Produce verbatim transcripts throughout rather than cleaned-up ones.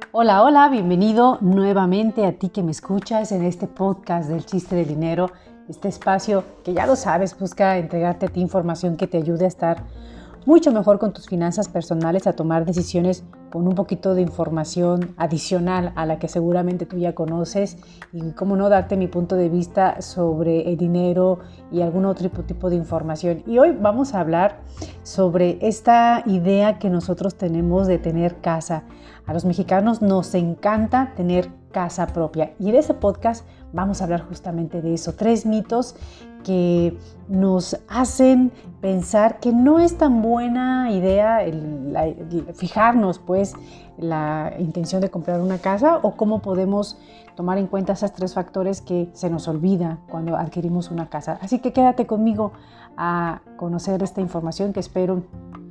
Hola, hola, bienvenido nuevamente a ti que me escuchas en este podcast del chiste de dinero, este espacio que ya lo sabes, busca entregarte a ti información que te ayude a estar mucho mejor con tus finanzas personales, a tomar decisiones con un poquito de información adicional a la que seguramente tú ya conoces y cómo no darte mi punto de vista sobre el dinero y algún otro tipo de información. Y hoy vamos a hablar sobre esta idea que nosotros tenemos de tener casa. A los mexicanos nos encanta tener casa propia y en ese podcast vamos a hablar justamente de eso, tres mitos que nos hacen pensar que no es tan buena idea el, la, el fijarnos pues la intención de comprar una casa o cómo podemos tomar en cuenta esos tres factores que se nos olvida cuando adquirimos una casa. Así que quédate conmigo a conocer esta información que espero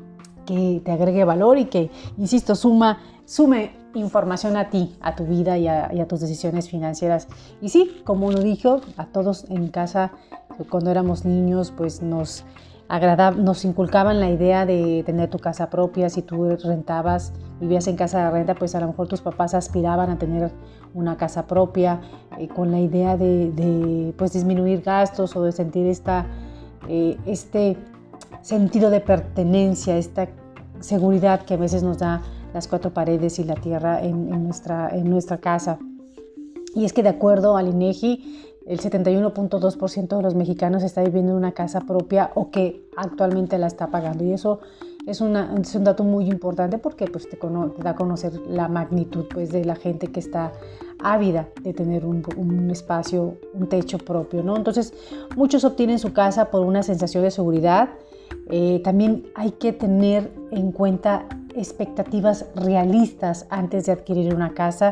que te agregue valor y que, insisto, suma, sume información a ti, a tu vida y a, y a tus decisiones financieras. Y sí, como uno dijo, a todos en casa, cuando éramos niños, pues nos agradaba, nos inculcaban la idea de tener tu casa propia. Si tú rentabas, vivías en casa de renta, pues a lo mejor tus papás aspiraban a tener una casa propia, eh, con la idea de, de pues, disminuir gastos o de sentir esta, eh, este sentido de pertenencia, esta seguridad que a veces nos da las cuatro paredes y la tierra en, en, nuestra, en nuestra casa. Y es que de acuerdo al INEGI, el setenta y uno punto dos por ciento de los mexicanos está viviendo en una casa propia o que actualmente la está pagando. Y eso es, una, es un dato muy importante porque pues, te, cono, te da a conocer la magnitud pues, de la gente que está ávida de tener un, un espacio, un techo propio, ¿no? Entonces, muchos obtienen su casa por una sensación de seguridad. Eh, también hay que tener en cuenta expectativas realistas antes de adquirir una casa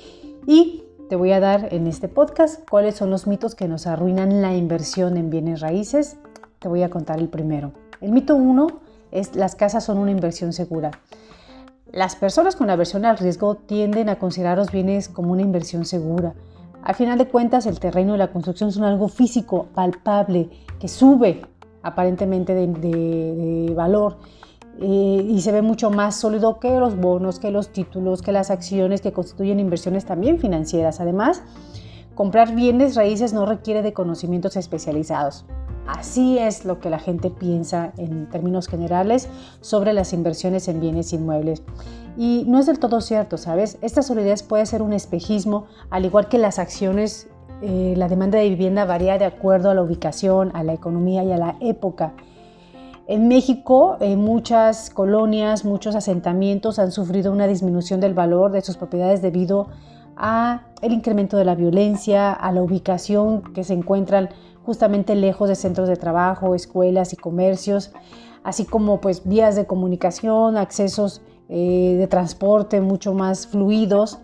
y te voy a dar en este podcast cuáles son los mitos que nos arruinan la inversión en bienes raíces. Te voy a contar el primero. El mito uno es: las casas son una inversión segura. Las personas con aversión al riesgo tienden a considerar los bienes como una inversión segura. Al final de cuentas, el terreno y la construcción son algo físico, palpable, que sube aparentemente de, de, de valor eh, y se ve mucho más sólido que los bonos, que los títulos, que las acciones que constituyen inversiones también financieras. Además, comprar bienes raíces no requiere de conocimientos especializados. Así es lo que la gente piensa en términos generales sobre las inversiones en bienes inmuebles. Y no es del todo cierto, ¿sabes? Esta solidez puede ser un espejismo, al igual que las acciones. Eh, la demanda de vivienda varía de acuerdo a la ubicación, a la economía y a la época. En México, eh, muchas colonias, muchos asentamientos han sufrido una disminución del valor de sus propiedades debido al incremento de la violencia, a la ubicación que se encuentran justamente lejos de centros de trabajo, escuelas y comercios, así como pues, vías de comunicación, accesos eh, de transporte mucho más fluidos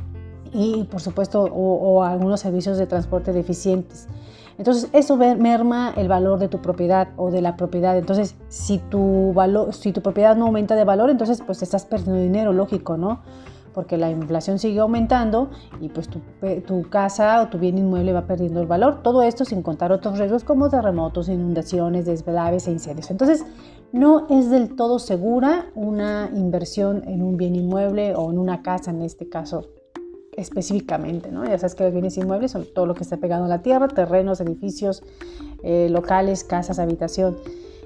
y por supuesto o, o algunos servicios de transporte deficientes. Entonces eso merma el valor de tu propiedad o de la propiedad. Entonces si tu, valor, si tu propiedad no aumenta de valor, entonces pues estás perdiendo dinero, lógico, ¿no? Porque la inflación sigue aumentando y pues tu, tu casa o tu bien inmueble va perdiendo el valor. Todo esto sin contar otros riesgos como terremotos, inundaciones, deslaves e incendios. Entonces no es del todo segura una inversión en un bien inmueble o en una casa en este caso específicamente, ¿no? Ya sabes que los bienes inmuebles son todo lo que está pegado a la tierra, terrenos, edificios, eh, locales, casas, habitación.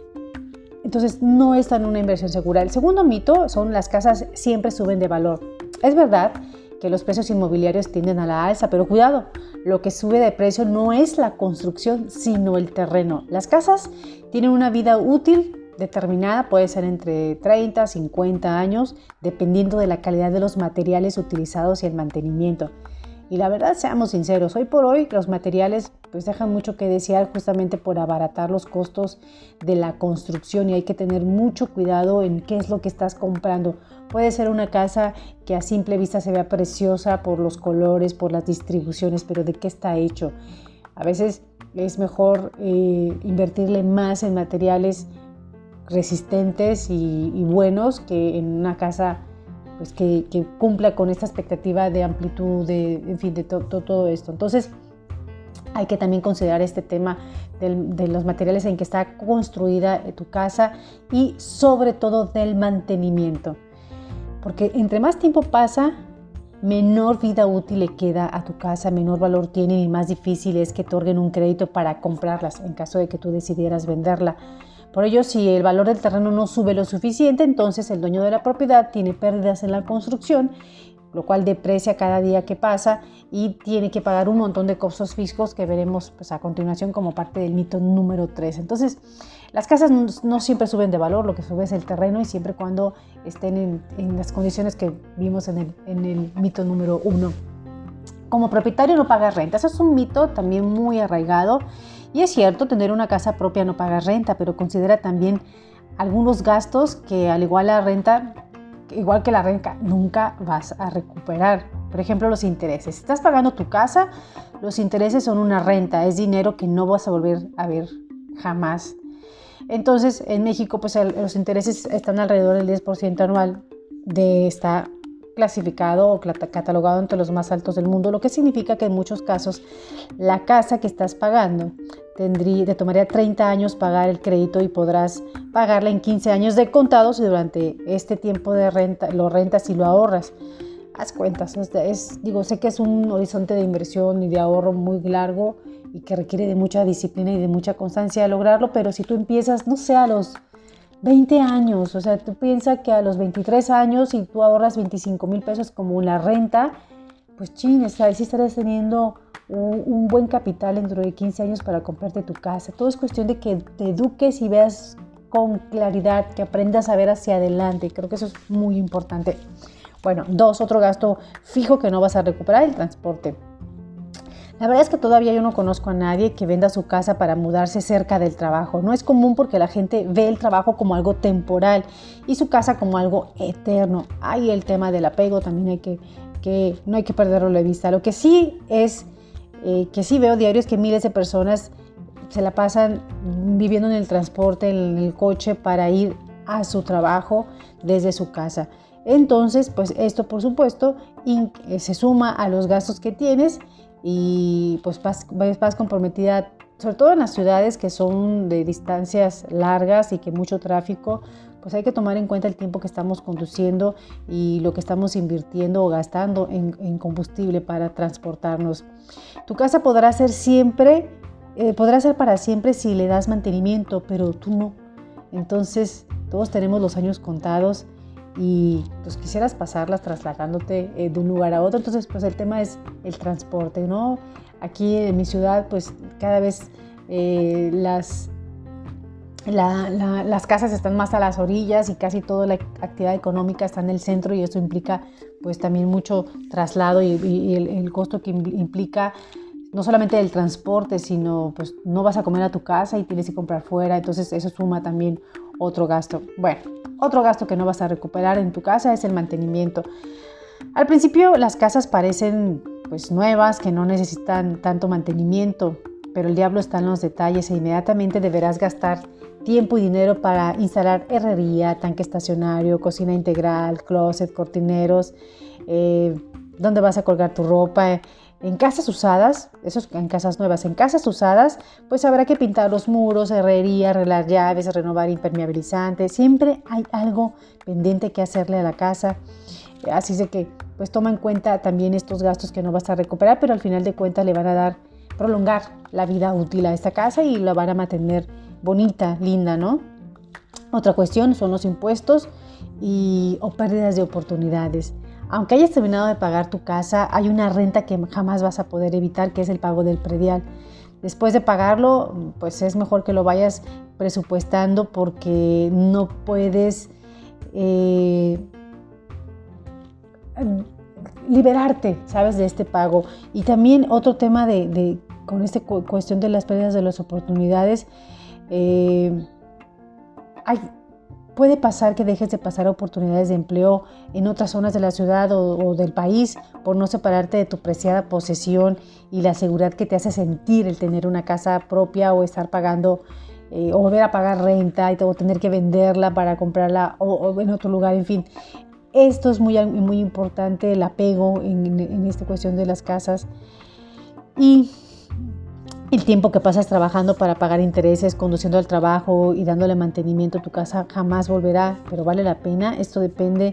Entonces no es tan una inversión segura. El segundo mito son: las casas siempre suben de valor. Es verdad que los precios inmobiliarios tienden a la alza, pero cuidado, lo que sube de precio no es la construcción, sino el terreno. Las casas tienen una vida útil determinada, puede ser entre treinta, cincuenta años, dependiendo de la calidad de los materiales utilizados y el mantenimiento. Y la verdad, seamos sinceros, hoy por hoy los materiales pues dejan mucho que desear justamente por abaratar los costos de la construcción y hay que tener mucho cuidado en qué es lo que estás comprando. Puede ser una casa que a simple vista se vea preciosa por los colores, por las distribuciones, pero ¿de qué está hecho? A veces es mejor eh, invertirle más en materiales resistentes y, y buenos que en una casa pues, que, que cumpla con esta expectativa de amplitud, de, en fin, de to, to, todo esto. Entonces hay que también considerar este tema de, de los materiales en que está construida tu casa y sobre todo del mantenimiento. Porque entre más tiempo pasa, menor vida útil le queda a tu casa, menor valor tienen y más difícil es que te otorguen un crédito para comprarlas en caso de que tú decidieras venderla. Por ello, si el valor del terreno no sube lo suficiente, entonces el dueño de la propiedad tiene pérdidas en la construcción, lo cual deprecia cada día que pasa y tiene que pagar un montón de costos fijos que veremos pues, a continuación como parte del mito número tres. Entonces, las casas no, no siempre suben de valor, lo que sube es el terreno y siempre cuando estén en, en las condiciones que vimos en el, en el mito número uno. Como propietario no pagas renta, eso es un mito también muy arraigado y es cierto, tener una casa propia no pagas renta, pero considera también algunos gastos que al igual la renta, igual que la renta, nunca vas a recuperar. Por ejemplo, los intereses. Si estás pagando tu casa, los intereses son una renta, es dinero que no vas a volver a ver jamás. Entonces, en México, pues los intereses están alrededor del diez por ciento anual, de está clasificado o catalogado entre los más altos del mundo, lo que significa que en muchos casos la casa que estás pagando tendría, te tomaría treinta años pagar el crédito y podrás pagarla en quince años de contados y durante este tiempo de renta lo rentas y lo ahorras. Haz cuentas, es, es, digo, sé que es un horizonte de inversión y de ahorro muy largo y que requiere de mucha disciplina y de mucha constancia lograrlo, pero si tú empiezas, no sé, a los veinte años, o sea, tú piensas que a los veintitrés años y tú ahorras veinticinco mil pesos como la renta, pues chin, ahí sí estarás teniendo un, un buen capital dentro de quince años para comprarte tu casa. Todo es cuestión de que te eduques y veas con claridad, que aprendas a ver hacia adelante. Creo que eso es muy importante. Bueno, dos, otro gasto fijo que no vas a recuperar, el transporte. La verdad es que todavía yo no conozco a nadie que venda su casa para mudarse cerca del trabajo. No es común porque la gente ve el trabajo como algo temporal y su casa como algo eterno. Hay el tema del apego, también hay que, que no hay que perderlo de vista. Lo que sí es, eh, que sí veo diario es que miles de personas se la pasan viviendo en el transporte, en el coche para ir a su trabajo desde su casa. Entonces, pues esto por supuesto se suma a los gastos que tienes y pues vas, vas comprometida, sobre todo en las ciudades que son de distancias largas y que mucho tráfico, pues hay que tomar en cuenta el tiempo que estamos conduciendo y lo que estamos invirtiendo o gastando en, en combustible para transportarnos. Tu casa podrá ser siempre, eh, podrá ser para siempre si le das mantenimiento, pero tú no. Entonces, todos tenemos los años contados y pues quisieras pasarlas trasladándote eh, de un lugar a otro. Entonces pues el tema es el transporte, ¿no? Aquí en mi ciudad pues cada vez eh, las, la, la, las casas están más a las orillas y casi toda la actividad económica está en el centro y eso implica pues también mucho traslado y, y el, el costo que implica no solamente el transporte, sino pues no vas a comer a tu casa y tienes que comprar fuera, entonces eso suma también otro gasto. Bueno, otro gasto que no vas a recuperar en tu casa es el mantenimiento. Al principio las casas parecen pues nuevas, que no necesitan tanto mantenimiento, pero el diablo está en los detalles e inmediatamente deberás gastar tiempo y dinero para instalar herrería, tanque estacionario, cocina integral, closet, cortineros, eh, dónde vas a colgar tu ropa. En casas usadas, eso es en casas nuevas, en casas usadas, pues habrá que pintar los muros, herrería, arreglar llaves, renovar impermeabilizantes. Siempre hay algo pendiente que hacerle a la casa. Así es que, pues toma en cuenta también estos gastos que no vas a recuperar, pero al final de cuentas le van a dar, prolongar la vida útil a esta casa y la van a mantener bonita, linda, ¿no? Otra cuestión son los impuestos y, o pérdidas de oportunidades. Aunque hayas terminado de pagar tu casa, hay una renta que jamás vas a poder evitar, que es el pago del predial. Después de pagarlo, pues es mejor que lo vayas presupuestando porque no puedes eh, liberarte, ¿sabes?, de este pago. Y también otro tema de, de con esta cu- cuestión de las pérdidas de las oportunidades, eh, hay Puede pasar que dejes de pasar oportunidades de empleo en otras zonas de la ciudad o, o del país por no separarte de tu preciada posesión y la seguridad que te hace sentir el tener una casa propia o estar pagando eh, o volver a pagar renta y o tener que venderla para comprarla o, o en otro lugar, en fin. Esto es muy, muy importante, el apego en, en esta cuestión de las casas y el tiempo que pasas trabajando para pagar intereses, conduciendo al trabajo y dándole mantenimiento a tu casa jamás volverá, pero vale la pena. Esto depende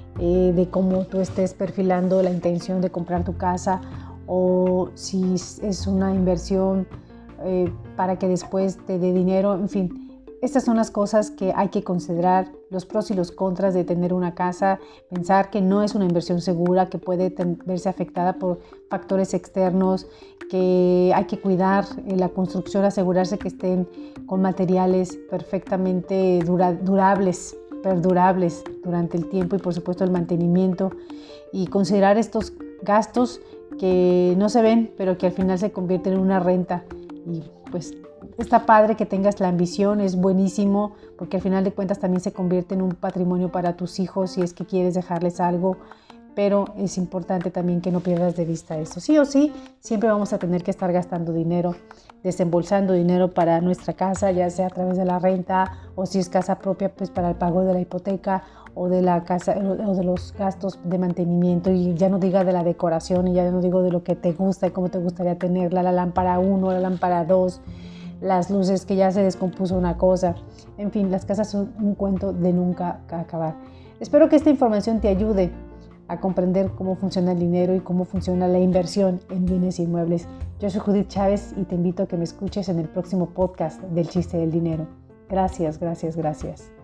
eh, de cómo tú estés perfilando la intención de comprar tu casa, o si es una inversión eh, para que después te dé dinero. En fin, estas son las cosas que hay que considerar, los pros y los contras de tener una casa, pensar que no es una inversión segura, que puede ten, verse afectada por factores externos, que hay que cuidar en la construcción, asegurarse que estén con materiales perfectamente dura, durables, perdurables durante el tiempo, y por supuesto el mantenimiento, y considerar estos gastos que no se ven, pero que al final se convierten en una renta. Y pues está padre que tengas la ambición, es buenísimo, porque al final de cuentas también se convierte en un patrimonio para tus hijos si es que quieres dejarles algo, pero es importante también que no pierdas de vista eso. Sí o sí, siempre vamos a tener que estar gastando dinero, desembolsando dinero para nuestra casa, ya sea a través de la renta, o si es casa propia, pues para el pago de la hipoteca, o de la casa, o de los gastos de mantenimiento, y ya no diga de la decoración, y ya no digo de lo que te gusta y cómo te gustaría tenerla, la lámpara uno, la lámpara dos, las luces que ya se descompuso una cosa. En fin, las casas son un cuento de nunca acabar. Espero que esta información te ayude a comprender cómo funciona el dinero y cómo funciona la inversión en bienes inmuebles. Yo soy Judith Chávez y te invito a que me escuches en el próximo podcast del Chiste del Dinero. Gracias, gracias, gracias.